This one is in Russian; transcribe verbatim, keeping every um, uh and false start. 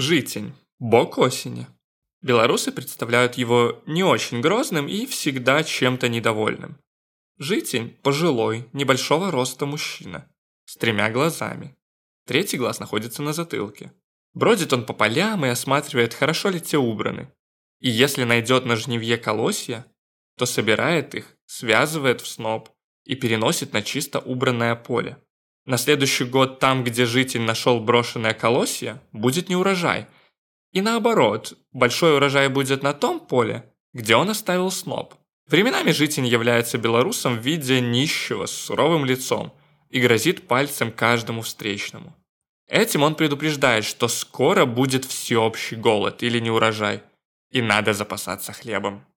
Житень – бог осени. Белорусы представляют его не очень грозным и всегда чем-то недовольным. Житень – пожилой, небольшого роста мужчина, с тремя глазами. Третий глаз находится на затылке. Бродит он по полям и осматривает, хорошо ли те убраны. И если найдет на жнивье колосья, то собирает их, связывает в сноп и переносит на чисто убранное поле. На следующий год там, где житель нашел брошенное колосье, будет неурожай. И наоборот, большой урожай будет на том поле, где он оставил сноп. Временами житель является белорусом в виде нищего с суровым лицом и грозит пальцем каждому встречному. Этим он предупреждает, что скоро будет всеобщий голод или неурожай, и надо запасаться хлебом.